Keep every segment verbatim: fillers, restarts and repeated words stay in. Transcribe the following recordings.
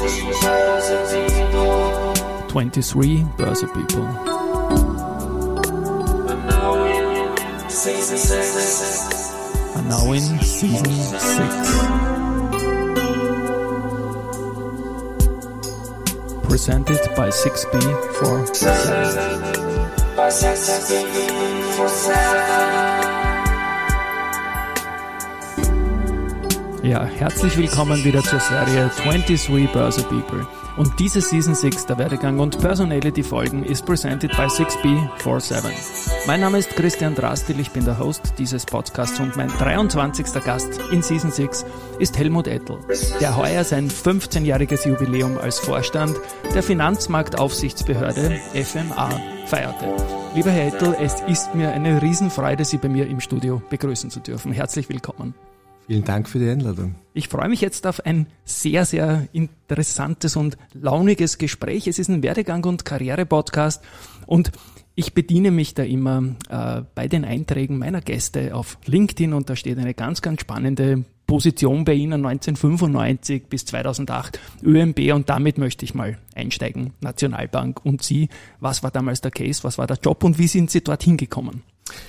twenty-three Börse People. And now in season six. Presented by six B forty-seven. Ja, herzlich willkommen wieder zur Serie twenty-three Börse People. Und diese Season six der Werdegang und Personality Folgen ist presented by six B forty-seven. Mein Name ist Christian Drastil, ich bin der Host dieses Podcasts und mein dreiundzwanzigster Gast in Season six ist Helmut Ettel, der heuer sein fünfzehnjähriges Jubiläum als Vorstand der Finanzmarktaufsichtsbehörde F M A feierte. Lieber Herr Ettel, es ist mir eine Riesenfreude, Sie bei mir im Studio begrüßen zu dürfen. Herzlich willkommen. Vielen Dank für die Einladung. Ich freue mich jetzt auf ein sehr, sehr interessantes und launiges Gespräch. Es ist ein Werdegang- und Karriere-Podcast und ich bediene mich da immer äh, bei den Einträgen meiner Gäste auf LinkedIn und da steht eine ganz, ganz spannende Position bei Ihnen, neunzehnhundertfünfundneunzig bis zweitausendacht, Ö M B, und damit möchte ich mal einsteigen. Nationalbank und Sie, was war damals der Case, was war der Job und wie sind Sie dorthin gekommen?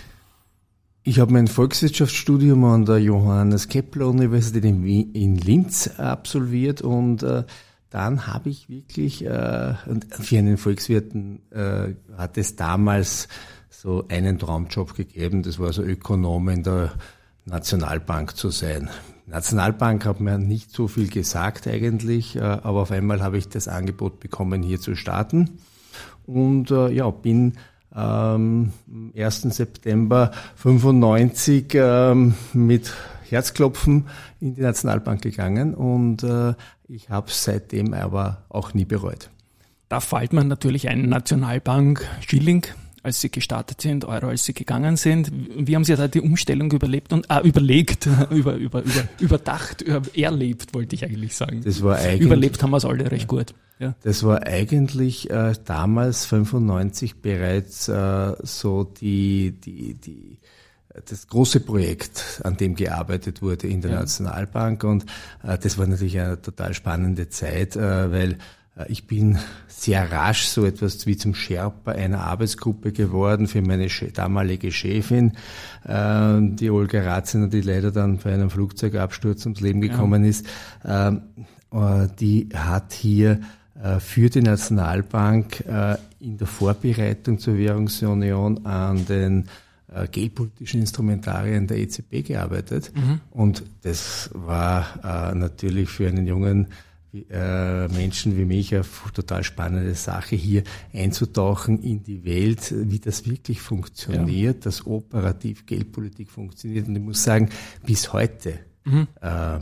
Ich habe mein Volkswirtschaftsstudium an der Johannes Kepler Universität in, Wien, in Linz absolviert und äh, dann habe ich wirklich, äh, und für einen Volkswirten äh, hat es damals so einen Traumjob gegeben, das war so Ökonom in der Nationalbank zu sein. Nationalbank hat mir nicht so viel gesagt eigentlich, äh, aber auf einmal habe ich das Angebot bekommen, hier zu starten und äh, ja, bin am ersten September fünfundneunzig ähm, mit Herzklopfen in die Nationalbank gegangen und äh, ich habe es seitdem aber auch nie bereut. Da fällt man natürlich ein, Nationalbank, Schilling, als Sie gestartet sind, Euro, als Sie gegangen sind. Wie haben Sie da die Umstellung überlebt und ah, überlegt, über, über, über, überdacht, über, erlebt, wollte ich eigentlich sagen. Das war eigentlich, überlebt haben wir es alle recht gut. Ja. Das war eigentlich äh, damals fünfundneunzig bereits äh, so die, die, die, das große Projekt, an dem gearbeitet wurde in der ja. Nationalbank und äh, das war natürlich eine total spannende Zeit, äh, weil äh, ich bin sehr rasch so etwas wie zum Sherpa einer Arbeitsgruppe geworden für meine damalige Chefin, äh, die Olga Ratziner, die leider dann bei einem Flugzeugabsturz ums Leben gekommen ja. ist. Äh, äh, die hat hier für die Nationalbank in der Vorbereitung zur Währungsunion an den geldpolitischen Instrumentarien der E Z B gearbeitet. Mhm. Und das war natürlich für einen jungen Menschen wie mich eine total spannende Sache, hier einzutauchen in die Welt, wie das wirklich funktioniert, ja. dass operativ Geldpolitik funktioniert. Und ich muss sagen, bis heute mhm. äh,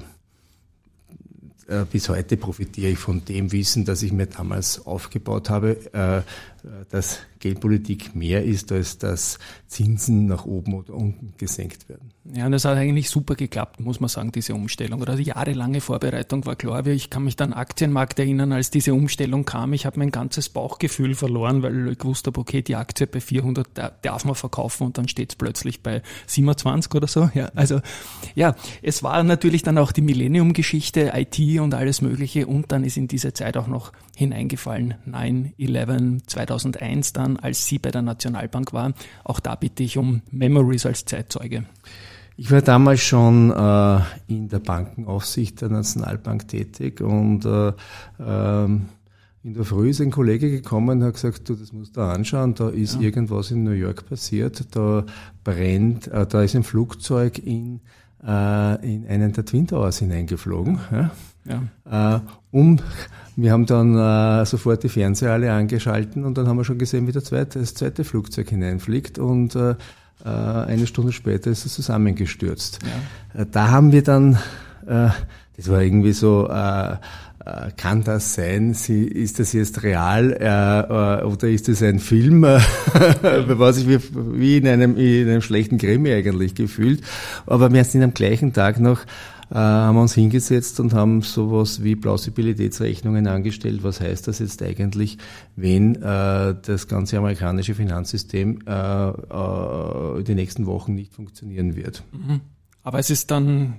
Bis heute profitiere ich von dem Wissen, das ich mir damals aufgebaut habe, dass Geldpolitik mehr ist, als dass Zinsen nach oben oder unten gesenkt werden. Ja, und das hat eigentlich super geklappt, muss man sagen, diese Umstellung. Oder die jahrelange Vorbereitung war klar. Ich kann mich dann Aktienmarkt erinnern, als diese Umstellung kam. Ich habe mein ganzes Bauchgefühl verloren, weil ich gewusst habe, okay, die Aktie bei vierhundert darf man verkaufen und dann steht es plötzlich bei siebenundzwanzig oder so. Ja, also ja, es war natürlich dann auch die Millennium-Geschichte, I T und alles Mögliche und dann ist in diese Zeit auch noch hineingefallen, nine eleven zweitausendeins dann, als Sie bei der Nationalbank waren. Auch da bitte ich um Memories als Zeitzeuge. Ich war damals schon äh, in der Bankenaufsicht der Nationalbank tätig und äh, ähm, in der Früh ist ein Kollege gekommen und hat gesagt, du, das musst du anschauen, da ist ja. irgendwas in New York passiert, da brennt, äh, da ist ein Flugzeug in, äh, in einen der Twin Towers hineingeflogen. Ja. Ja. Äh, um, wir haben dann äh, sofort die Fernseher alle angeschalten und dann haben wir schon gesehen, wie der zweite, das zweite Flugzeug hineinfliegt und äh, eine Stunde später ist es zusammengestürzt. Ja. Da haben wir dann, äh, das war irgendwie so, äh, äh, kann das sein? Sie, ist das jetzt real äh, oder ist das ein Film? Was ich wie, wie in einem, in einem schlechten Krimi eigentlich gefühlt. Aber wir sind am gleichen Tag noch äh, haben wir uns hingesetzt und haben sowas wie Plausibilitätsrechnungen angestellt. Was heißt das jetzt eigentlich, wenn äh, das ganze amerikanische Finanzsystem äh, äh, die nächsten Wochen nicht funktionieren wird? Mhm. Aber es ist dann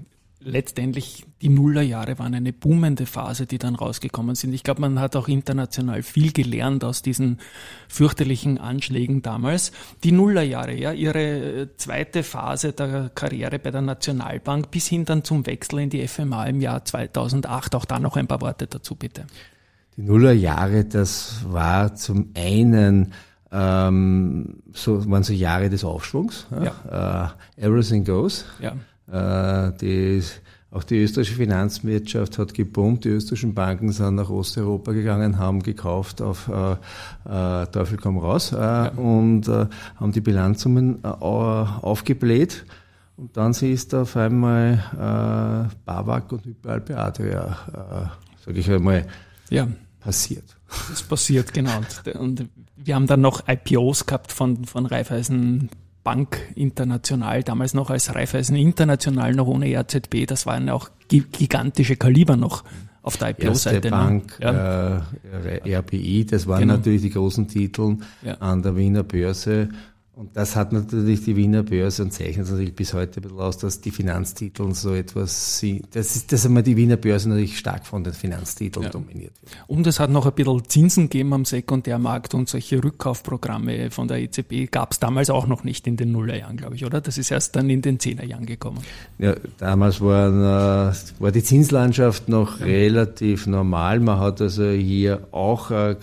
letztendlich die Nullerjahre waren eine boomende Phase, die dann rausgekommen sind. Ich glaube, man hat auch international viel gelernt aus diesen fürchterlichen Anschlägen damals. Die Nullerjahre, ja, ihre zweite Phase der Karriere bei der Nationalbank bis hin dann zum Wechsel in die F M A im Jahr zweitausendacht. Auch da noch ein paar Worte dazu, bitte. Die Nullerjahre, das war zum einen ähm, so waren so Jahre des Aufschwungs. Ja. Uh, everything goes. Ja. Uh, die, auch die österreichische Finanzwirtschaft hat geboomt. Die österreichischen Banken sind nach Osteuropa gegangen, haben gekauft auf uh, uh, Teufel komm raus uh, ja. und uh, haben die Bilanzsummen uh, aufgebläht. Und dann ist auf einmal uh, BAWAG und Hypo-Alpe Adria, uh, sage ich einmal, ja. passiert. Das ist passiert, genau. Und, und wir haben dann noch I P Os gehabt von, von Raiffeisen Bank International, damals noch als Raiffeisen International, noch ohne R Z B. Das waren auch gigantische Kaliber noch auf der I P O-Seite. Erste Bank, ja. äh, R B I, das waren genau. natürlich die großen Titel ja. an der Wiener Börse. Und das hat natürlich die Wiener Börse und zeichnet natürlich bis heute ein bisschen aus, dass die Finanztitel so etwas sind. Das ist, dass einmal die Wiener Börse natürlich stark von den Finanztiteln ja. dominiert wird. Und es hat noch ein bisschen Zinsen gegeben am Sekundärmarkt und solche Rückkaufprogramme von der E Z B gab es damals auch noch nicht in den Nullerjahren, glaube ich, oder? Das ist erst dann in den Zehnerjahren gekommen. Ja, damals waren, war die Zinslandschaft noch ja. relativ normal. Man hat also hier auch äh,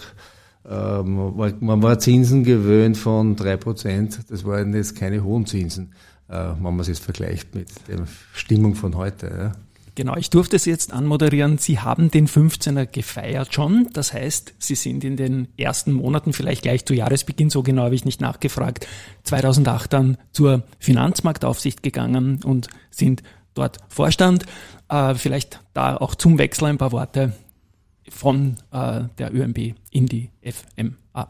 man war Zinsen gewöhnt von drei Prozent. Das waren jetzt keine hohen Zinsen, wenn man es jetzt vergleicht mit der Stimmung von heute. Ja. Genau, ich durfte es jetzt anmoderieren. Sie haben den fünfzehner gefeiert schon. Das heißt, Sie sind in den ersten Monaten, vielleicht gleich zu Jahresbeginn, so genau habe ich nicht nachgefragt, zweitausendacht dann zur Finanzmarktaufsicht gegangen und sind dort Vorstand. Vielleicht da auch zum Wechsel ein paar Worte von äh, der Ö M B in die F M A?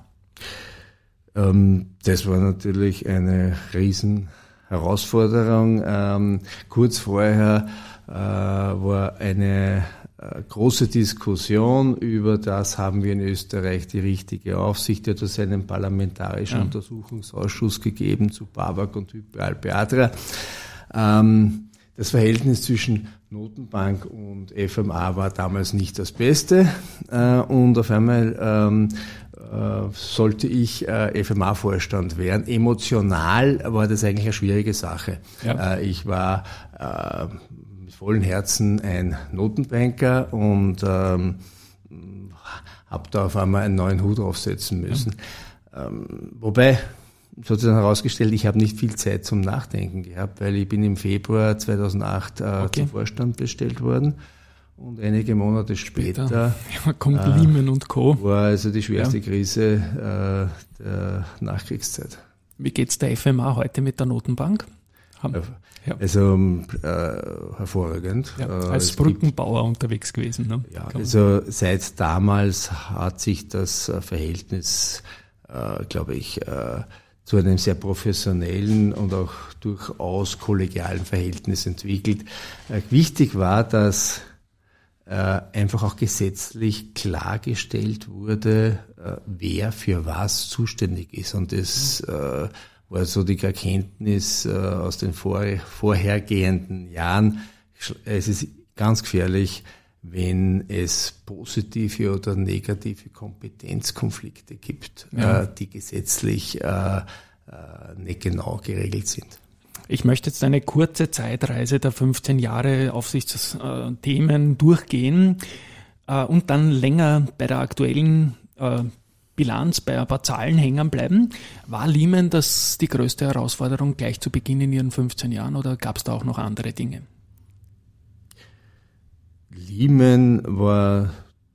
Ähm, das war natürlich eine riesen Herausforderung. Ähm, kurz vorher äh, war eine äh, große Diskussion über das, haben wir in Österreich die richtige Aufsicht. Er hat es einen parlamentarischen ja. Untersuchungsausschuss gegeben zu BAWAG und Hypo-Alpe Adria. Ähm, Das Verhältnis zwischen Notenbank und F M A war damals nicht das Beste und auf einmal ähm, äh, sollte ich äh, F M A-Vorstand werden. Emotional war das eigentlich eine schwierige Sache. Ja. Äh, ich war äh, mit vollem Herzen ein Notenbanker und ähm, habe da auf einmal einen neuen Hut aufsetzen müssen. Ja. Ähm, wobei... Es hat sich dann herausgestellt, ich habe nicht viel Zeit zum Nachdenken gehabt, weil ich bin im Februar zweitausendacht äh, okay. zum Vorstand bestellt worden und einige Monate später, später ja, kommt äh, Lehman und Co. war also die schwerste ja. Krise äh, der Nachkriegszeit. Wie geht's der F M A heute mit der Notenbank? Haben, ja. Also äh, hervorragend. Ja, als Brückenbauer gibt, unterwegs gewesen. Ne? Ja, also seit damals hat sich das Verhältnis, äh, glaube ich, äh, zu einem sehr professionellen und auch durchaus kollegialen Verhältnis entwickelt. Äh, wichtig war, dass äh, einfach auch gesetzlich klargestellt wurde, äh, wer für was zuständig ist. Und das äh, war so die Erkenntnis äh, aus den vor, vorhergehenden Jahren. Es ist ganz gefährlich, wenn es positive oder negative Kompetenzkonflikte gibt, ja. äh, die gesetzlich äh, äh, nicht genau geregelt sind. Ich möchte jetzt eine kurze Zeitreise der fünfzehn Jahre Aufsichtsthemen durchgehen äh, und dann länger bei der aktuellen äh, Bilanz, bei ein paar Zahlen hängen bleiben. War Lehman das die größte Herausforderung gleich zu Beginn in Ihren fünfzehn Jahren oder gab es da auch noch andere Dinge? Lehman war,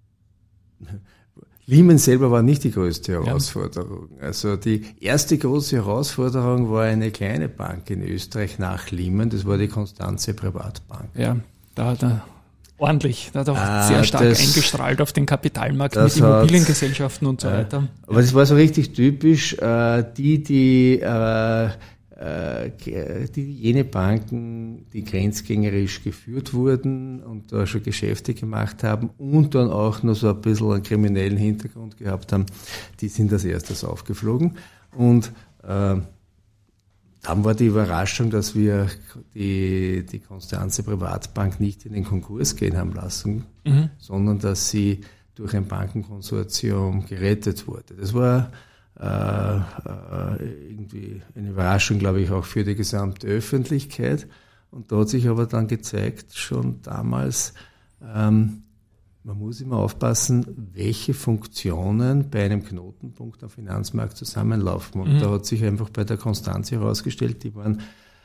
Lehman selber war nicht die größte Herausforderung. Ja. Also die erste große Herausforderung war eine kleine Bank in Österreich nach Lehman, das war die Constantia Privatbank. Ja, da hat er ordentlich, da hat er auch ah, sehr stark das, eingestrahlt auf den Kapitalmarkt mit Immobiliengesellschaften und so äh, weiter. Aber das war so richtig typisch, äh, die, die äh, Die, jene Banken, die grenzgängerisch geführt wurden und da schon Geschäfte gemacht haben und dann auch noch so ein bisschen einen kriminellen Hintergrund gehabt haben, die sind als erstes aufgeflogen. Und äh, dann war die Überraschung, dass wir die, die Konstanze Privatbank nicht in den Konkurs gehen haben lassen, mhm. sondern dass sie durch ein Bankenkonsortium gerettet wurde. Das war äh, äh, irgendwie eine Überraschung, glaube ich, auch für die gesamte Öffentlichkeit. Und da hat sich aber dann gezeigt, schon damals, ähm, man muss immer aufpassen, welche Funktionen bei einem Knotenpunkt am Finanzmarkt zusammenlaufen. Und mhm. da hat sich einfach bei der Konstanz herausgestellt, die waren,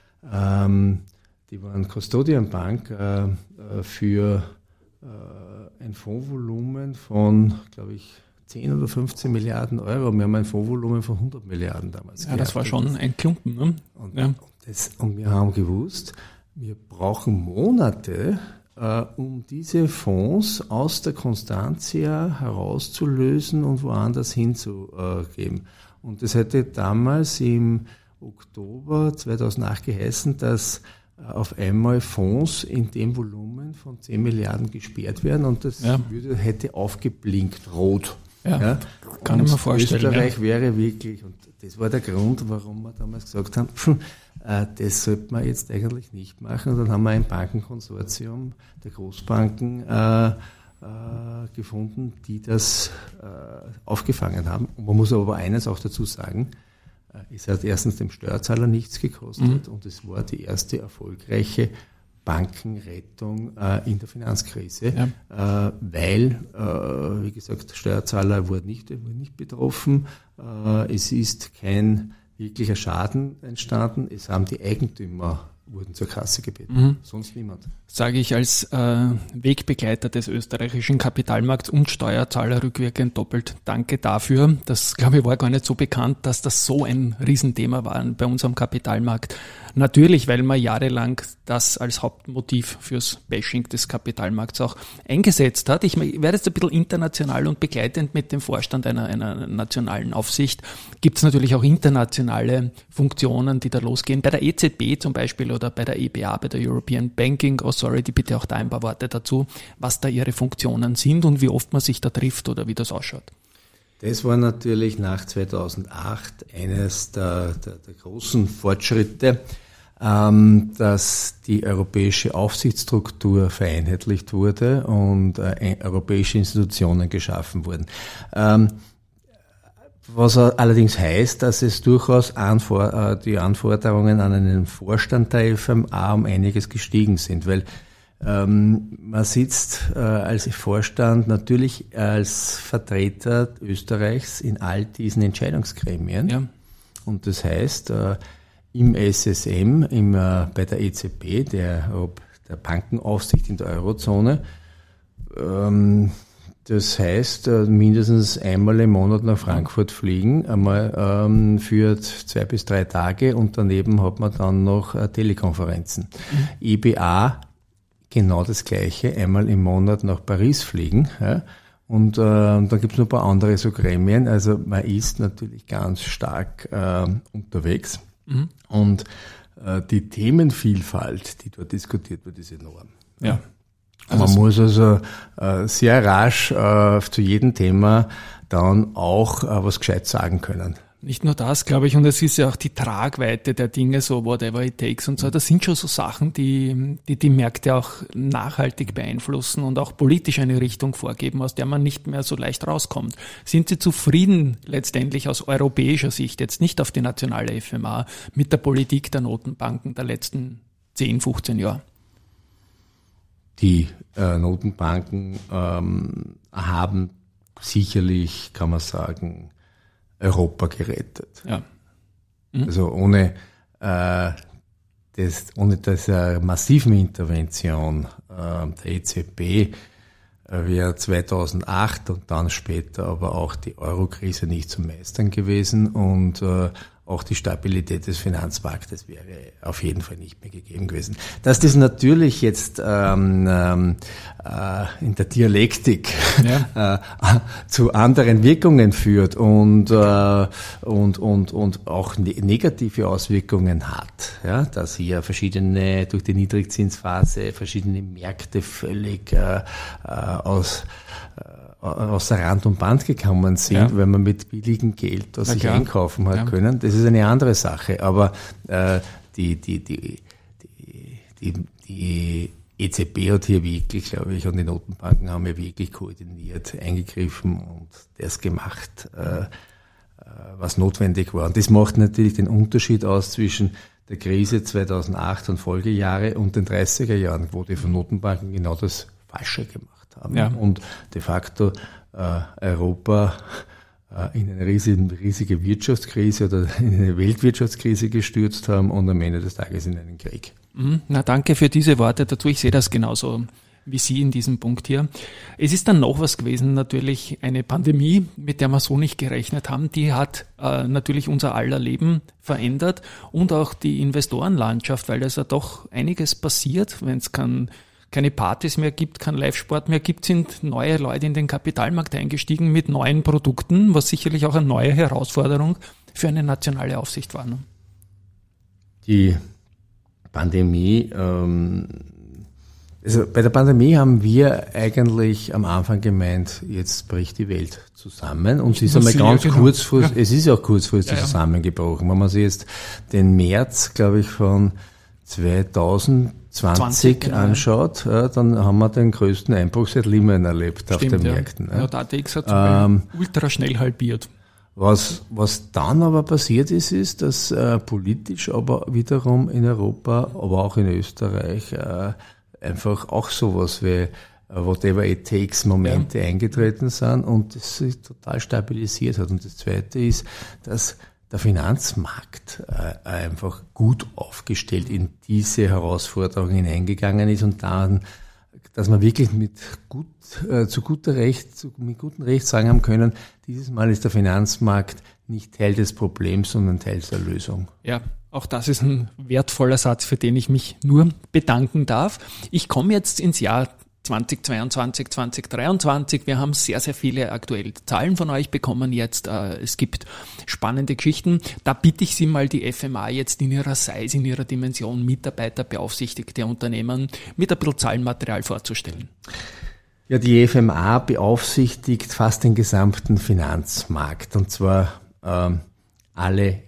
ähm, die waren Custodian-Bank äh, für äh, ein Fondsvolumen von, glaube ich, zehn oder fünfzehn Milliarden Euro. Wir haben ein Fondsvolumen von hundert Milliarden damals Ja, gehabt. Das war schon ein Klumpen. Ne? Und, ja. und, das, und wir haben gewusst, wir brauchen Monate, um diese Fonds aus der Constantia herauszulösen und woanders hinzugeben. Und das hätte damals im Oktober zweitausendacht geheißen, dass auf einmal Fonds in dem Volumen von zehn Milliarden gesperrt werden und das ja. würde, hätte aufgeblinkt, rot. Ja, ja. Kann und ich mir vorstellen. Österreich ja. wäre wirklich, und das war der Grund, warum wir damals gesagt haben, pf, äh, das sollte man jetzt eigentlich nicht machen. Und dann haben wir ein Bankenkonsortium der Großbanken äh, äh, gefunden, die das äh, aufgefangen haben. Und man muss aber eines auch dazu sagen, äh, es hat erstens dem Steuerzahler nichts gekostet mhm. und es war die erste erfolgreiche Bankenrettung äh, in der Finanzkrise, ja. äh, weil, äh, wie gesagt, der Steuerzahler wurde nicht, wurde nicht betroffen. Äh, es ist kein wirklicher Schaden entstanden. Es haben die Eigentümer wurden zur Kasse gebeten, mhm. sonst niemand. Sage ich als äh, Wegbegleiter des österreichischen Kapitalmarkts und Steuerzahler rückwirkend doppelt Danke dafür. Das, glaube ich, war gar nicht so bekannt, dass das so ein Riesenthema war bei unserem Kapitalmarkt. Natürlich, weil man jahrelang das als Hauptmotiv fürs Bashing des Kapitalmarkts auch eingesetzt hat. Ich werde jetzt ein bisschen international und begleitend mit dem Vorstand einer, einer nationalen Aufsicht. Gibt es natürlich auch internationale Funktionen, die da losgehen. Bei der E Z B zum Beispiel oder bei der E B A, bei der European Banking Authority, bitte auch da ein paar Worte dazu, was da ihre Funktionen sind und wie oft man sich da trifft oder wie das ausschaut. Das war natürlich nach zweitausendacht eines der, der, der großen Fortschritte, ähm, dass die europäische Aufsichtsstruktur vereinheitlicht wurde und äh, europäische Institutionen geschaffen wurden. Ähm, was allerdings heißt, dass es durchaus Anfor- äh, die Anforderungen an einen Vorstand der F M A um einiges gestiegen sind, weil Ähm, man sitzt äh, als Vorstand natürlich als Vertreter Österreichs in all diesen Entscheidungsgremien. Ja. Und das heißt, äh, im S S M, im, äh, bei der E Z B, der, der Bankenaufsicht in der Eurozone, ähm, das heißt, äh, mindestens einmal im Monat nach Frankfurt fliegen, einmal ähm, für zwei bis drei Tage und daneben hat man dann noch äh, Telekonferenzen. Mhm. E B A genau das Gleiche, einmal im Monat nach Paris fliegen. Ja. Und äh, da gibt es noch ein paar andere so Gremien. Also man ist natürlich ganz stark äh, unterwegs. Mhm. Und äh, die Themenvielfalt, die dort diskutiert wird, ist enorm. Ja. Also man muss also äh, sehr rasch äh, zu jedem Thema dann auch äh, was gescheit sagen können. Nicht nur das, glaube ich, und es ist ja auch die Tragweite der Dinge, so whatever it takes und so. Das sind schon so Sachen, die, die die Märkte auch nachhaltig beeinflussen und auch politisch eine Richtung vorgeben, aus der man nicht mehr so leicht rauskommt. Sind Sie zufrieden letztendlich aus europäischer Sicht, jetzt nicht auf die nationale F M A, mit der Politik der Notenbanken der letzten zehn, fünfzehn Jahre? Die äh, Notenbanken ähm, haben sicherlich, kann man sagen, Europa gerettet. Ja. Mhm. Also ohne, äh, das, ohne diese massiven Intervention äh, der E Z B äh, wäre zweitausendacht und dann später aber auch die Euro-Krise nicht zu meistern gewesen und äh, auch die Stabilität des Finanzmarktes wäre auf jeden Fall nicht mehr gegeben gewesen. Dass das natürlich jetzt ähm, ähm, äh, in der Dialektik ja. äh, zu anderen Wirkungen führt und äh, und und und auch ne- negative Auswirkungen hat, ja, dass hier verschiedene durch die Niedrigzinsphase verschiedene Märkte völlig äh, äh, aus äh, außer Rand und Band gekommen sind, ja. weil man mit billigem Geld das sich einkaufen hat ja. können. Das ist eine andere Sache. Aber äh, die, die, die, die, die, die E Z B hat hier wirklich, glaube ich, und die Notenbanken haben ja wirklich koordiniert eingegriffen und das gemacht, äh, was notwendig war. Und das macht natürlich den Unterschied aus zwischen der Krise zweitausendacht und Folgejahre und den dreißiger Jahren, wo die von Notenbanken genau das Falsche gemacht haben. Ja. Und de facto äh, Europa äh, in eine riesige, riesige Wirtschaftskrise oder in eine Weltwirtschaftskrise gestürzt haben und am Ende des Tages in einen Krieg. Na, danke für diese Worte dazu. Ich sehe das genauso wie Sie in diesem Punkt hier. Es ist dann noch was gewesen, natürlich eine Pandemie, mit der wir so nicht gerechnet haben. Die hat äh, natürlich unser aller Leben verändert und auch die Investorenlandschaft, weil da ist ja doch einiges passiert. Wenn es kein, keine Partys mehr gibt, kein Live-Sport mehr gibt, sind neue Leute in den Kapitalmarkt eingestiegen mit neuen Produkten, was sicherlich auch eine neue Herausforderung für eine nationale Aufsicht war. Ne? Die Pandemie, ähm Also bei der Pandemie haben wir eigentlich am Anfang gemeint, jetzt bricht die Welt zusammen und es ist einmal ganz genau. kurzfristig, ja. es ist auch kurzfristig ja, ja. zusammengebrochen. Wenn man sich jetzt den März, glaube ich, von zweitausendzwanzig zwanzig, genau. anschaut, ja, dann haben wir den größten Einbruch seit Lehman erlebt. Stimmt, auf den ja. Märkten. Ja, der A T X hat ähm, ultra schnell halbiert. Was, was dann aber passiert ist, ist, dass äh, politisch aber wiederum in Europa, aber auch in Österreich, äh, einfach auch sowas wie whatever it takes Momente ja. eingetreten sind und das sich total stabilisiert hat. Und das Zweite ist, dass der Finanzmarkt äh, einfach gut aufgestellt in diese Herausforderungen hineingegangen ist und dann, dass man wirklich mit gut, äh, zu guter Recht, zu, mit gutem Recht sagen haben können, dieses Mal ist der Finanzmarkt nicht Teil des Problems, sondern Teil der Lösung. Ja. Auch das ist ein wertvoller Satz, für den ich mich nur bedanken darf. Ich komme jetzt ins Jahr zweitausendzweiundzwanzig, zweitausenddreiundzwanzig. Wir haben sehr, sehr viele aktuelle Zahlen von euch bekommen jetzt. Es gibt spannende Geschichten. Da bitte ich Sie mal, die F M A jetzt in ihrer Size, in ihrer Dimension, Mitarbeiter, beaufsichtigte Unternehmen mit ein bisschen Zahlenmaterial vorzustellen. Ja, die F M A beaufsichtigt fast den gesamten Finanzmarkt und zwar ähm, alle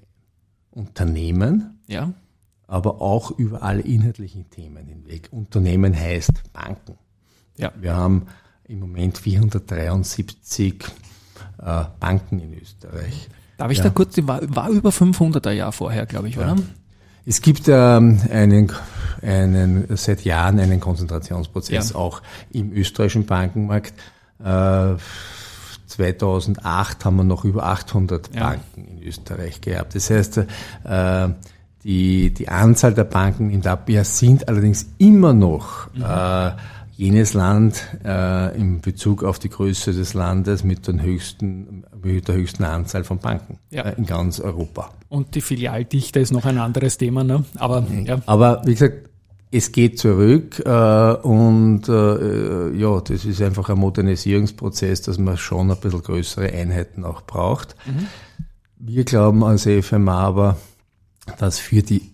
Unternehmen, ja. aber auch über alle inhaltlichen Themen hinweg. Unternehmen heißt Banken. Ja. Wir haben im Moment vierhundertdreiundsiebzig äh, Banken in Österreich. Darf ich ja. da kurz, war, war über fünfhunderter Jahr vorher, glaube ich, oder? Ja. Es gibt ähm, einen, einen, seit Jahren einen Konzentrationsprozess ja. auch im österreichischen Bankenmarkt. Äh, zweitausendacht haben wir noch über achthundert ja. Banken in Österreich gehabt. Das heißt, äh, die, die Anzahl der Banken in der Wir sind allerdings immer noch mhm. äh, jenes Land äh, in Bezug auf die Größe des Landes mit, den höchsten, mit der höchsten Anzahl von Banken ja. äh, in ganz Europa. Und die Filialdichte ist noch ein anderes Thema, ne? Aber, ja. Aber wie gesagt, es geht zurück äh, und äh, ja, das ist einfach ein Modernisierungsprozess, dass man schon ein bisschen größere Einheiten auch braucht. Mhm. Wir glauben als F M A aber, dass für die,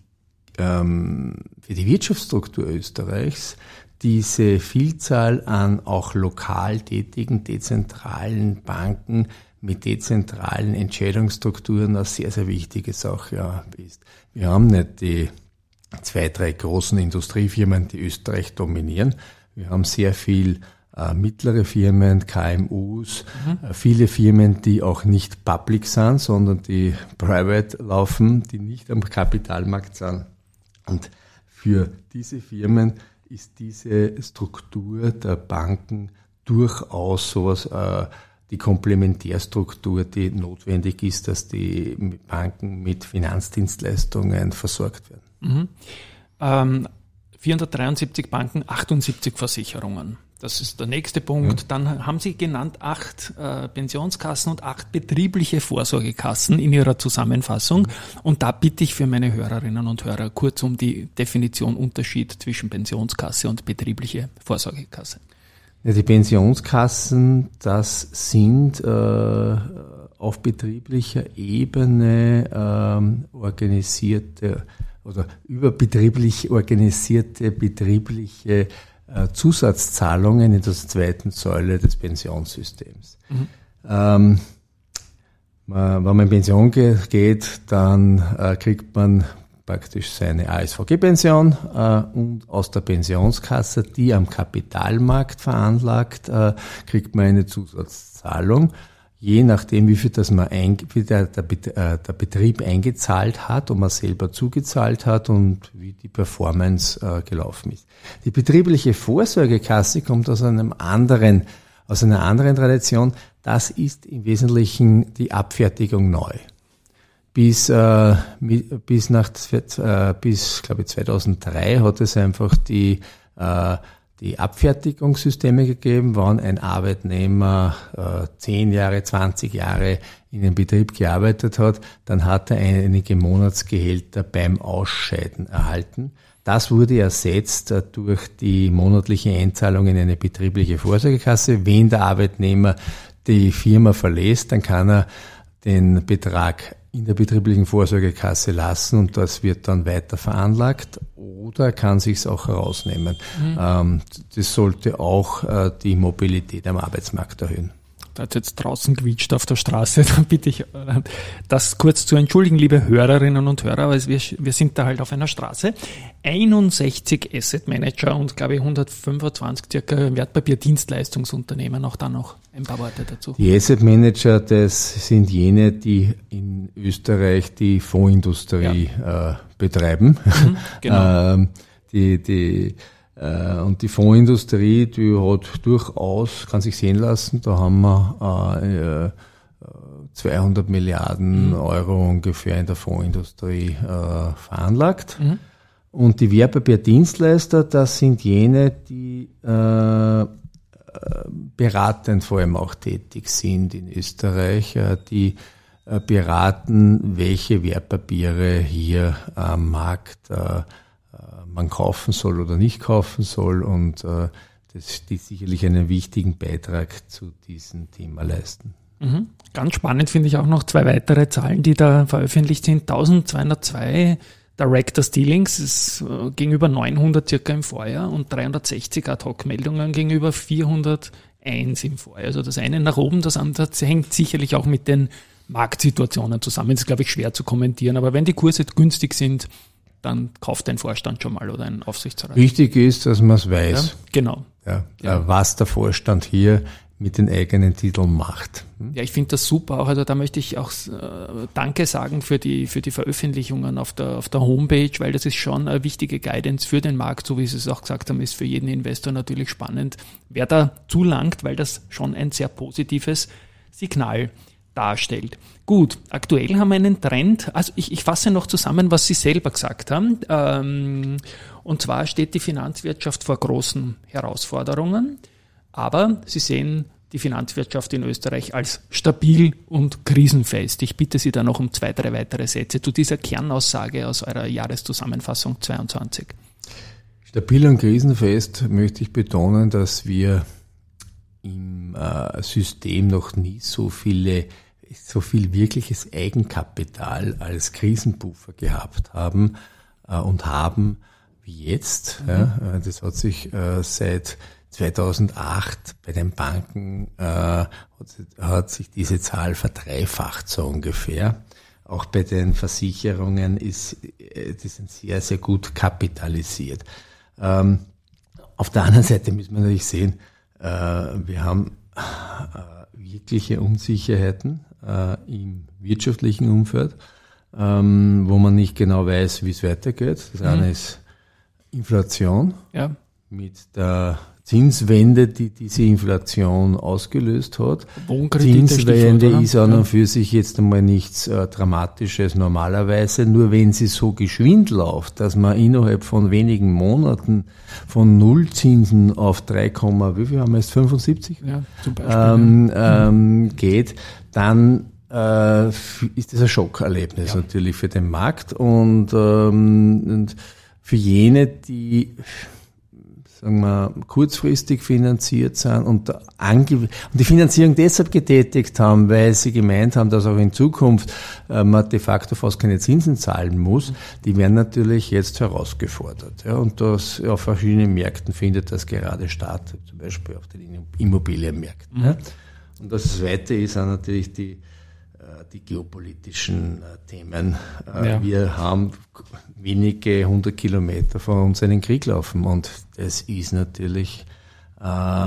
ähm, für die Wirtschaftsstruktur Österreichs diese Vielzahl an auch lokal tätigen, dezentralen Banken mit dezentralen Entscheidungsstrukturen eine sehr, sehr wichtige Sache ist. Wir haben nicht die zwei, drei großen Industriefirmen, die Österreich dominieren. Wir haben sehr viel äh, mittlere Firmen, K M Us, mhm. äh, viele Firmen, die auch nicht public sind, sondern die private laufen, die nicht am Kapitalmarkt sind. Und für diese Firmen ist diese Struktur der Banken durchaus sowas, äh, die Komplementärstruktur, die notwendig ist, dass die Banken mit Finanzdienstleistungen versorgt werden. Mhm. Ähm, vierhundertdreiundsiebzig Banken, achtundsiebzig Versicherungen. Das ist der nächste Punkt. Ja. Dann haben Sie genannt acht äh, Pensionskassen und acht betriebliche Vorsorgekassen in Ihrer Zusammenfassung. Und da bitte ich für meine Hörerinnen und Hörer kurz um die Definition Unterschied zwischen Pensionskasse und betriebliche Vorsorgekasse. Ja, die Pensionskassen, das sind äh, auf betrieblicher Ebene ähm, organisierte oder überbetrieblich organisierte betriebliche äh, Zusatzzahlungen in der zweiten Säule des Pensionssystems. Mhm. Ähm, wenn man in Pension geht, dann äh, kriegt man praktisch seine A S V G-Pension äh, und aus der Pensionskasse, die am Kapitalmarkt veranlagt, äh, kriegt man eine Zusatzzahlung. Je nachdem, wie viel das man ein, wie der, der, der Betrieb eingezahlt hat und man selber zugezahlt hat und wie die Performance äh, gelaufen ist. Die betriebliche Vorsorgekasse kommt aus einem anderen, aus einer anderen Tradition. Das ist im Wesentlichen die Abfertigung neu. Bis, äh, bis nach, äh, bis, glaube ich, zweitausenddrei hat es einfach die, äh, die Abfertigungssysteme gegeben, wann ein Arbeitnehmer äh, zehn Jahre, zwanzig Jahre in einem Betrieb gearbeitet hat, dann hat er einige Monatsgehälter beim Ausscheiden erhalten. Das wurde ersetzt äh, durch die monatliche Einzahlung in eine betriebliche Vorsorgekasse. Wenn der Arbeitnehmer die Firma verlässt, dann kann er den Betrag in der betrieblichen Vorsorgekasse lassen und das wird dann weiter veranlagt oder er kann sich's auch herausnehmen. Mhm. Ähm, das sollte auch äh, die Mobilität am Arbeitsmarkt erhöhen. Da hat jetzt draußen quietscht auf der Straße, dann bitte ich, das kurz zu entschuldigen, liebe Hörerinnen und Hörer, weil wir, wir sind da halt auf einer Straße. einundsechzig Asset Manager und, glaube ich, hundertfünfundzwanzig circa Wertpapierdienstleistungsunternehmen, auch da noch ein paar Worte dazu. Die Asset Manager, das sind jene, die in Österreich die Fondsindustrie ja. äh, betreiben. Mhm, genau. ähm, die, die Und die Fondsindustrie, die hat durchaus, kann sich sehen lassen, da haben wir äh, zweihundert Milliarden mhm. Euro ungefähr in der Fondsindustrie äh, veranlagt. Mhm. Und die Wertpapierdienstleister, das sind jene, die äh, beratend vor allem auch tätig sind in Österreich, äh, die äh, beraten, welche Wertpapiere hier am Markt äh, man kaufen soll oder nicht kaufen soll und äh, das die sicherlich einen wichtigen Beitrag zu diesem Thema leisten. Mhm. Ganz spannend finde ich auch noch zwei weitere Zahlen, die da veröffentlicht sind. eintausendzweihundertzwei Directors Dealings ist äh, gegenüber neunhundert circa im Vorjahr und dreihundertsechzig Ad-Hoc-Meldungen gegenüber vierhunderteins im Vorjahr. Also das eine nach oben, das andere hängt sicherlich auch mit den Marktsituationen zusammen. Das ist, glaube ich, schwer zu kommentieren, aber wenn die Kurse günstig sind, dann kauft ein Vorstand schon mal oder ein Aufsichtsrat. Wichtig ist, dass man es weiß. Ja, genau. Ja, ja. Was der Vorstand hier mit den eigenen Titeln macht. Hm? Ja, ich finde das super auch. Also da möchte ich auch äh, Danke sagen für die für die Veröffentlichungen auf der auf der Homepage, weil das ist schon eine wichtige Guidance für den Markt, so wie Sie es auch gesagt haben, ist für jeden Investor natürlich spannend. Wer da zulangt, weil das schon ein sehr positives Signal darstellt. Gut, aktuell haben wir einen Trend, also ich, ich fasse noch zusammen, was Sie selber gesagt haben, ähm, und zwar steht die Finanzwirtschaft vor großen Herausforderungen, aber Sie sehen die Finanzwirtschaft in Österreich als stabil und krisenfest. Ich bitte Sie da noch um zwei, drei weitere Sätze zu dieser Kernaussage aus eurer Jahreszusammenfassung zweiundzwanzig. Stabil und krisenfest möchte ich betonen, dass wir im äh, System noch nie so viele so viel wirkliches Eigenkapital als Krisenpuffer gehabt haben äh, und haben wie jetzt. Mhm. Ja, das hat sich äh, seit zweitausendacht bei den Banken äh, hat, hat sich diese Zahl verdreifacht so ungefähr. Auch bei den Versicherungen ist äh, die sind sehr, sehr gut kapitalisiert. Ähm, auf der anderen Seite müssen wir natürlich sehen, äh, wir haben äh, wirkliche Unsicherheiten äh, im wirtschaftlichen Umfeld, ähm, wo man nicht genau weiß, wie es weitergeht. Das mhm. eine ist Inflation ja. mit der Zinswende, die diese Inflation ausgelöst hat. Zinswende ist an und für sich jetzt einmal nichts äh, Dramatisches normalerweise, nur wenn sie so geschwind läuft, dass man innerhalb von wenigen Monaten von Nullzinsen auf drei, wie viel haben wir jetzt, fünfundsiebzig ja, zum Beispiel, ähm, ja. ähm, geht, dann äh, ist das ein Schockerlebnis ja. natürlich für den Markt und, ähm, und für jene, die sagen wir, kurzfristig finanziert sind und, ange- und die Finanzierung deshalb getätigt haben, weil sie gemeint haben, dass auch in Zukunft äh, man de facto fast keine Zinsen zahlen muss, die werden natürlich jetzt herausgefordert. Ja, und das auf verschiedenen Märkten findet das gerade statt, zum Beispiel auf den Immobilienmärkten. Mhm. Ja. Und das Zweite ist auch natürlich die die geopolitischen äh, Themen. Äh, ja. Wir haben wenige hundert Kilometer von uns einen Krieg laufen und das ist natürlich äh,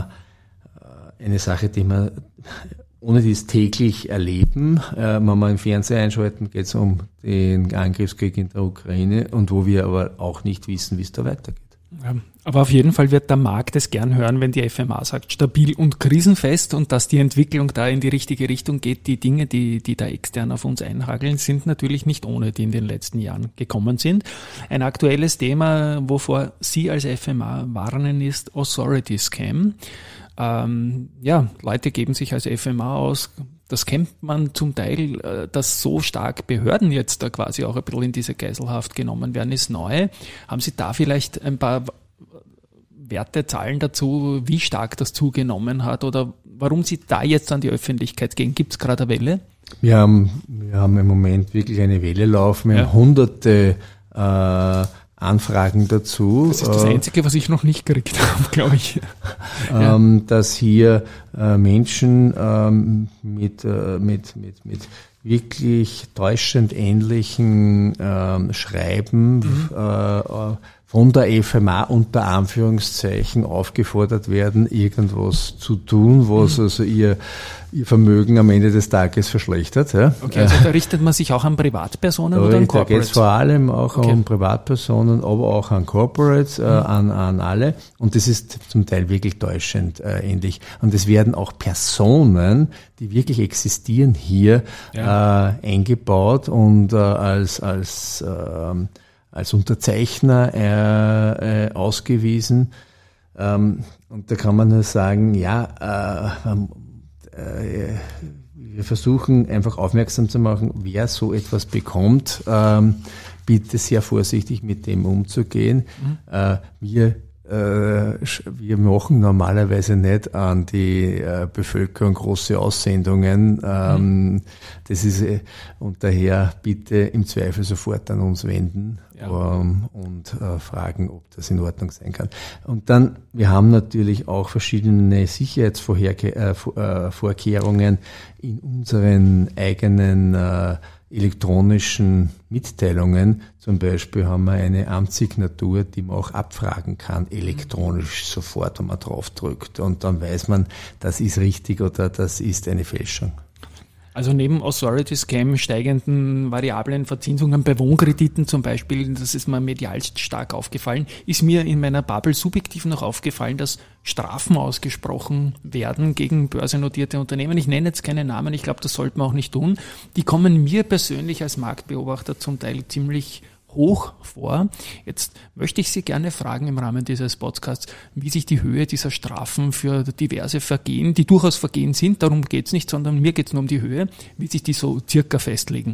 eine Sache, die wir ohne dies täglich erleben. Äh, wenn wir im Fernseher einschalten, geht es um den Angriffskrieg in der Ukraine und wo wir aber auch nicht wissen, wie es da weitergeht. Ja, aber auf jeden Fall wird der Markt es gern hören, wenn die F M A sagt, stabil und krisenfest und dass die Entwicklung da in die richtige Richtung geht. Die Dinge, die, die da extern auf uns einhageln, sind natürlich nicht ohne, die in den letzten Jahren gekommen sind. Ein aktuelles Thema, wovor Sie als F M A warnen, ist Authority Scam. Ähm, ja, Leute geben sich als F M A aus. Das kennt man zum Teil, dass so stark Behörden jetzt da quasi auch ein bisschen in diese Geiselhaft genommen werden, ist neu. Haben Sie da vielleicht ein paar Werte, Zahlen dazu, wie stark das zugenommen hat oder warum Sie da jetzt an die Öffentlichkeit gehen? Gibt es gerade eine Welle? Wir haben, wir haben im Moment wirklich eine Welle laufen. Wir ja. haben hunderte äh, Anfragen dazu. Das ist das Einzige, was ich noch nicht gekriegt habe, glaube ich. Ähm, ja. Dass hier äh, Menschen ähm, mit, äh, mit, mit, mit wirklich täuschend ähnlichen ähm, Schreiben mhm. äh, von der F M A unter Anführungszeichen aufgefordert werden, irgendwas zu tun, was mhm. also ihr, ihr Vermögen am Ende des Tages verschlechtert. Ja. Okay, also da richtet man sich auch an Privatpersonen da oder an Corporates? Da geht es vor allem auch okay. um Privatpersonen, aber auch an Corporates, mhm. äh, an, an alle. Und das ist zum Teil wirklich täuschend äh, ähnlich. Und es werden auch Personen, die wirklich existieren, hier ja. äh, eingebaut und äh, als als äh, als Unterzeichner äh, äh, ausgewiesen. Ähm, und da kann man nur sagen, ja, äh, äh, wir versuchen einfach aufmerksam zu machen, wer so etwas bekommt, ähm, bitte sehr vorsichtig mit dem umzugehen. Mhm. Äh, wir Wir machen normalerweise nicht an die äh, Bevölkerung große Aussendungen. Ähm, mhm. Das ist, äh, und daher bitte im Zweifel sofort an uns wenden ja. ähm, und äh, fragen, ob das in Ordnung sein kann. Und dann, wir haben natürlich auch verschiedene Sicherheitsvorkehrungen in unseren eigenen äh, elektronischen Mitteilungen. Zum Beispiel haben wir eine Amtssignatur, die man auch abfragen kann, elektronisch sofort, wenn man drauf drückt. Und dann weiß man, das ist richtig oder das ist eine Fälschung. Also neben Authority Scam, steigenden variablen Verzinsungen bei Wohnkrediten zum Beispiel, das ist mir medial stark aufgefallen, ist mir in meiner Bubble subjektiv noch aufgefallen, dass Strafen ausgesprochen werden gegen börsennotierte Unternehmen. Ich nenne jetzt keine Namen, ich glaube, das sollte man auch nicht tun. Die kommen mir persönlich als Marktbeobachter zum Teil ziemlich hoch vor. Jetzt möchte ich Sie gerne fragen im Rahmen dieses Podcasts, wie sich die Höhe dieser Strafen für diverse Vergehen, die durchaus Vergehen sind, darum geht es nicht, sondern mir geht es nur um die Höhe, wie sich die so circa festlegen.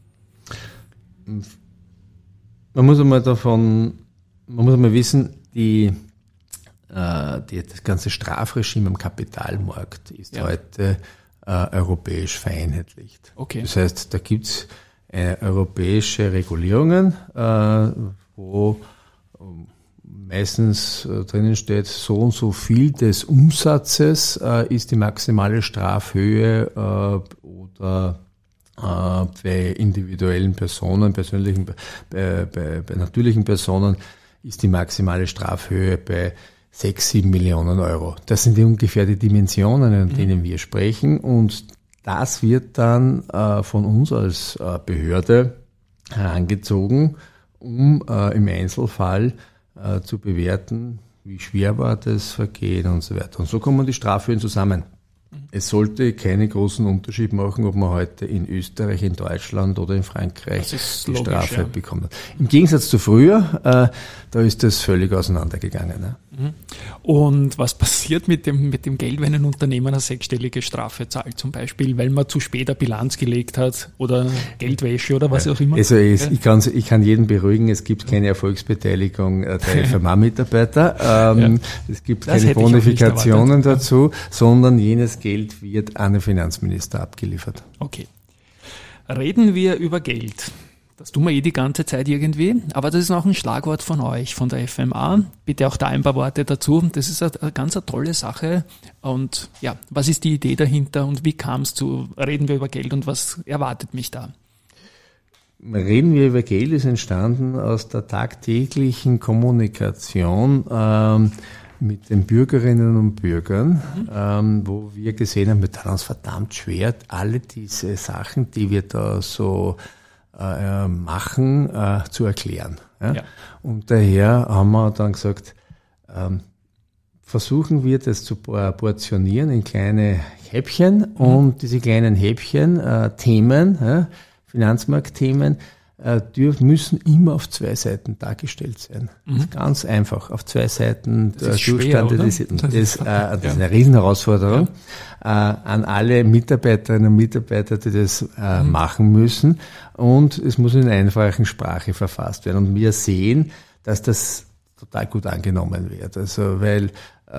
Man muss einmal davon, man muss einmal wissen, die, äh, die das ganze Strafregime am Kapitalmarkt ist ja. heute äh, europäisch vereinheitlicht. Okay. Das heißt, da gibt's Äh, europäische Regulierungen, äh, wo äh, meistens äh, drinnen steht, so und so viel des Umsatzes äh, ist die maximale Strafhöhe äh, oder äh, bei individuellen Personen, persönlichen, bei, bei, bei natürlichen Personen ist die maximale Strafhöhe bei sechs, sieben Millionen Euro. Das sind die ungefähr die Dimensionen, in denen mhm. wir sprechen, und das wird dann äh, von uns als äh, Behörde herangezogen, um äh, im Einzelfall äh, zu bewerten, wie schwer war das Vergehen und so weiter. Und so kommen die Strafhöhen zusammen. Es sollte keine großen Unterschied machen, ob man heute in Österreich, in Deutschland oder in Frankreich die logisch, Strafe ja. bekommt. Im Gegensatz zu früher, äh, da ist das völlig auseinandergegangen. Ne? Und was passiert mit dem, mit dem Geld, wenn ein Unternehmen eine sechsstellige Strafe zahlt, zum Beispiel, weil man zu spät eine Bilanz gelegt hat oder Geldwäsche oder was auch immer? Also ich, ja. ich, kann, ich kann jeden beruhigen, es gibt keine Erfolgsbeteiligung der F M A-Mitarbeiter, ähm, ja. es gibt das keine Bonifikationen dazu, sondern jenes Geld wird an den Finanzminister abgeliefert. Okay. Reden wir über Geld. Das tun wir eh die ganze Zeit irgendwie, aber das ist auch ein Schlagwort von euch, von der F M A. Bitte auch da ein paar Worte dazu. Das ist eine ganz eine tolle Sache. Und ja, was ist die Idee dahinter und wie kam es zu, reden wir über Geld und was erwartet mich da? Reden wir über Geld ist entstanden aus der tagtäglichen Kommunikation ähm, mit den Bürgerinnen und Bürgern, mhm. ähm, wo wir gesehen haben, wir tun uns verdammt schwer, alle diese Sachen, die wir da so äh, machen, äh, zu erklären. Ja? Ja. Und daher haben wir dann gesagt, ähm, versuchen wir das zu portionieren in kleine Häppchen mhm. und diese kleinen Häppchen, äh, Themen, ja, Finanzmarktthemen, äh, dürfen, müssen immer auf zwei Seiten dargestellt sein. Mhm. Das ist ganz einfach. Auf zwei Seiten der Zustand, das, das, das, ist, äh, das ja. ist eine Riesenherausforderung ja. äh, an alle Mitarbeiterinnen und Mitarbeiter, die das äh, mhm. machen müssen. Und es muss in einfachen Sprache verfasst werden. Und wir sehen, dass das total gut angenommen wird. Also weil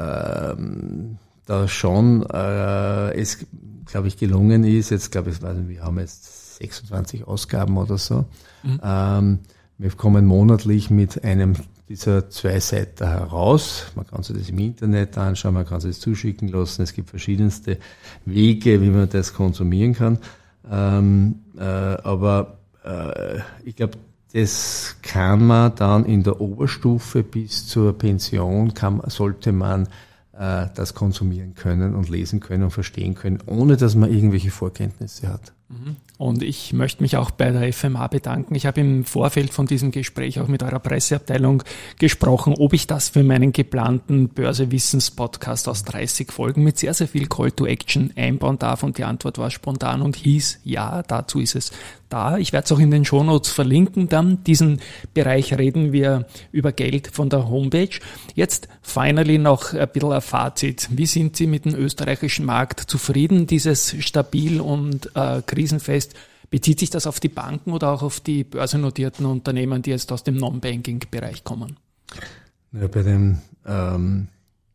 ähm, da schon äh, es, glaube ich, gelungen ist. Jetzt glaube ich, wir haben jetzt sechsundzwanzig Ausgaben oder so. Mhm. Ähm, wir kommen monatlich mit einem dieser zwei Seiten heraus. Man kann sich das im Internet anschauen, man kann sich das zuschicken lassen. Es gibt verschiedenste Wege, wie man das konsumieren kann. Ähm, äh, aber äh, ich glaube, das kann man dann in der Oberstufe bis zur Pension, kann, sollte man äh, das konsumieren können und lesen können und verstehen können, ohne dass man irgendwelche Vorkenntnisse hat. Und ich möchte mich auch bei der F M A bedanken. Ich habe im Vorfeld von diesem Gespräch auch mit eurer Presseabteilung gesprochen, ob ich das für meinen geplanten Börsewissens-Podcast aus dreißig Folgen mit sehr, sehr viel Call to Action einbauen darf. Und die Antwort war spontan und hieß, ja, dazu ist es da. Ich werde es auch in den Shownotes verlinken dann. Diesen Bereich reden wir über Geld von der Homepage. Jetzt finally noch ein bisschen ein Fazit. Wie sind Sie mit dem österreichischen Markt zufrieden? Dieses stabil und äh, krisenfest. Bezieht sich das auf die Banken oder auch auf die börsennotierten Unternehmen, die jetzt aus dem Non-Banking-Bereich kommen? Ja, bei den ähm,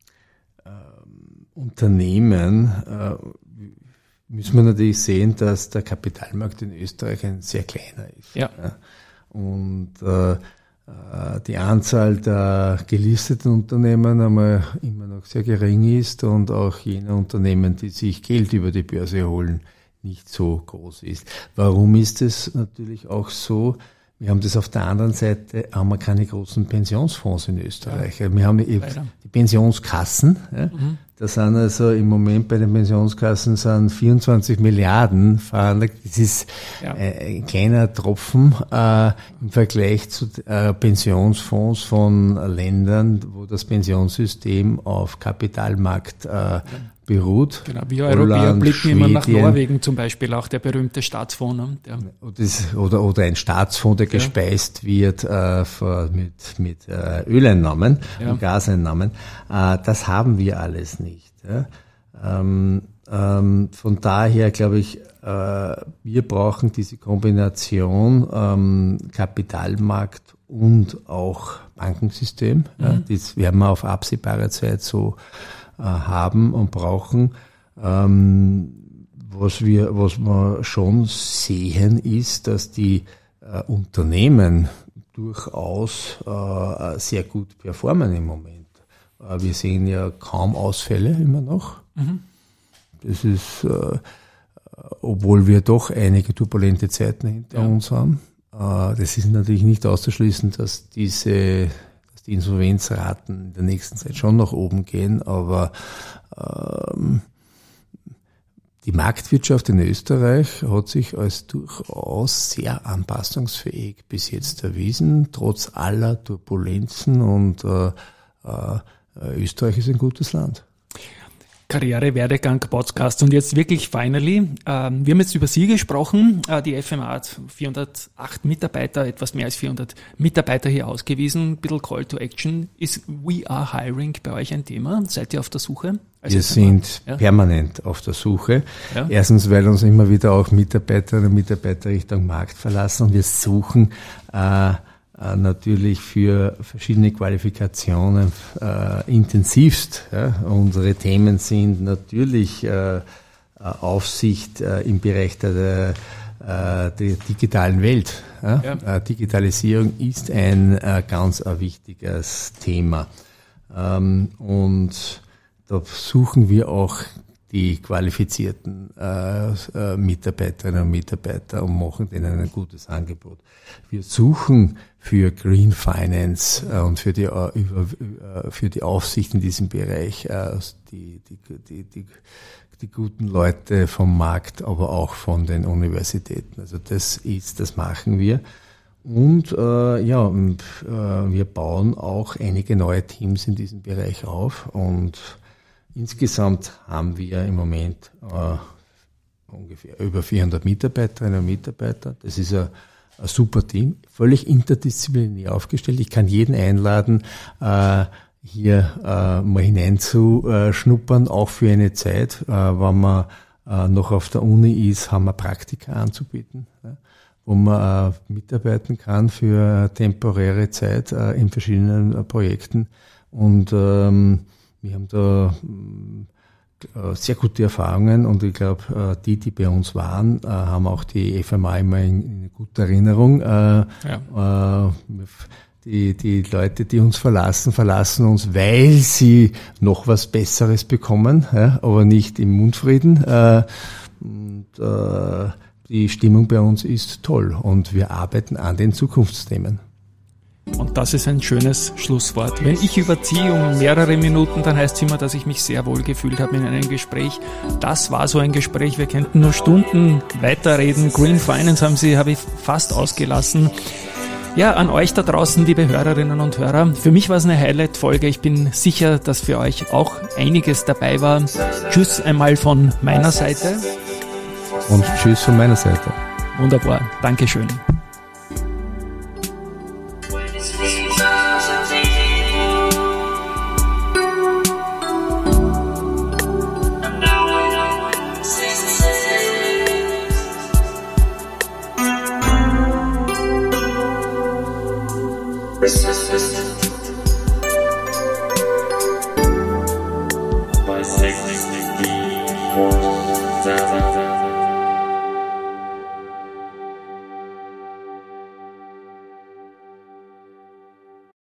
ähm, Unternehmen äh, müssen wir natürlich sehen, dass der Kapitalmarkt in Österreich ein sehr kleiner ist. Ja. Ja. Und äh, die Anzahl der gelisteten Unternehmen einmal immer noch sehr gering ist und auch jene Unternehmen, die sich Geld über die Börse holen, nicht so groß ist. Warum ist es natürlich auch so? Wir haben das auf der anderen Seite, haben wir keine großen Pensionsfonds in Österreich. Ja. Wir haben die Pensionskassen. Ja. Mhm. Das sind also im Moment bei den Pensionskassen sind vierundzwanzig Milliarden veranlagt. Das ist ja. ein kleiner Tropfen äh, im Vergleich zu äh, Pensionsfonds von Ländern, wo das Pensionssystem auf Kapitalmarkt äh, ja. beruht. Genau, wir Europäer blicken immer nach Norwegen zum Beispiel, auch der berühmte Staatsfonds. Ne? Der das, oder, oder ein Staatsfonds, der ja. gespeist wird äh, mit, mit äh, Öleinnahmen ja. und Gaseinnahmen. Äh, das haben wir alles nicht. Ja? Ähm, ähm, von daher glaube ich, äh, wir brauchen diese Kombination ähm, Kapitalmarkt und auch Bankensystem. Mhm. Ja? Das werden wir auf absehbare Zeit so haben und brauchen. Ähm, was wir, was wir schon sehen, ist, dass die äh, Unternehmen durchaus äh, sehr gut performen im Moment. Äh, wir sehen ja kaum Ausfälle immer noch. Mhm. Das ist, äh, obwohl wir doch einige turbulente Zeiten hinter ja. uns haben. Äh, das ist natürlich nicht auszuschließen, dass diese die Insolvenzraten in der nächsten Zeit schon nach oben gehen, aber ähm, die Marktwirtschaft in Österreich hat sich als durchaus sehr anpassungsfähig bis jetzt erwiesen, trotz aller Turbulenzen und äh, äh, Österreich ist ein gutes Land. Karriere-Werdegang-Podcast. Und jetzt wirklich finally, ähm, wir haben jetzt über Sie gesprochen. Äh, die F M A hat vierhundertacht Mitarbeiter, etwas mehr als vierhundert Mitarbeiter hier ausgewiesen. Ein bisschen Call to Action. Ist We Are Hiring bei euch ein Thema? Seid ihr auf der Suche? Wir sind ja. permanent auf der Suche. Ja. Erstens, weil uns immer wieder auch Mitarbeiterinnen und Mitarbeiter Richtung Markt verlassen und wir suchen äh, äh, natürlich für verschiedene Qualifikationen äh, intensivst. Ja. Unsere Themen sind natürlich äh, Aufsicht äh, im Bereich der, der, äh, der digitalen Welt. Ja. Ja. Äh, Digitalisierung ist ein äh, ganz äh, wichtiges Thema. Ähm, und da suchen wir auch die qualifizierten äh, äh, Mitarbeiterinnen und Mitarbeiter und machen denen ein gutes Angebot. Wir suchen für Green Finance äh, und für die, äh, über, äh, für die Aufsicht in diesem Bereich äh, die, die, die, die, die guten Leute vom Markt, aber auch von den Universitäten. Also das ist, das machen wir. Und äh, ja, und, äh, wir bauen auch einige neue Teams in diesem Bereich auf und insgesamt haben wir im Moment äh, ungefähr über vierhundert Mitarbeiterinnen und Mitarbeiter. Das ist ein, ein super Team, völlig interdisziplinär aufgestellt. Ich kann jeden einladen, äh, hier äh, mal hineinzuschnuppern, auch für eine Zeit. Äh, wenn man äh, noch auf der Uni ist, haben wir Praktika anzubieten, ja, wo man äh, mitarbeiten kann für temporäre Zeit äh, in verschiedenen äh, Projekten. Und ähm, wir haben da äh, sehr gute Erfahrungen und ich glaube, äh, die, die bei uns waren, äh, haben auch die F M A immer in, in guter Erinnerung. Äh, ja. äh, die, die Leute, die uns verlassen, verlassen uns, weil sie noch was Besseres bekommen, ja, aber nicht im Mundfrieden. Äh, und äh, die Stimmung bei uns ist toll und wir arbeiten an den Zukunftsthemen. Und das ist ein schönes Schlusswort. Wenn ich überziehe um mehrere Minuten, dann heißt es immer, dass ich mich sehr wohl gefühlt habe in einem Gespräch. Das war so ein Gespräch. Wir könnten nur Stunden weiterreden. Green Finance haben Sie, habe ich fast ausgelassen. Ja, an euch da draußen, liebe Hörerinnen und Hörer. Für mich war es eine Highlight-Folge. Ich bin sicher, dass für euch auch einiges dabei war. Tschüss einmal von meiner Seite. Und tschüss von meiner Seite. Wunderbar. Dankeschön. By six, four, seven.